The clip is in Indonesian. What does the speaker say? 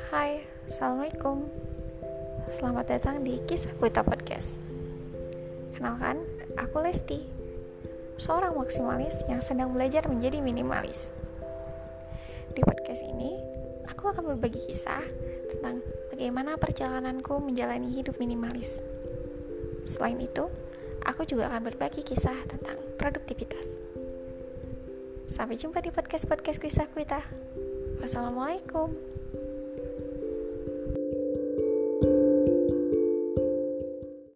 Hai, Assalamualaikum. Selamat datang di Kisah Kuita Podcast. Kenalkan, aku Lesti, seorang maksimalis yang sedang belajar menjadi minimalis. Di podcast ini, aku akan berbagi kisah tentang bagaimana perjalananku menjalani hidup minimalis. Selain itu, aku juga akan berbagi kisah tentang produktivitas. Sampai jumpa di podcast Kisah Kuita. Wassalamualaikum.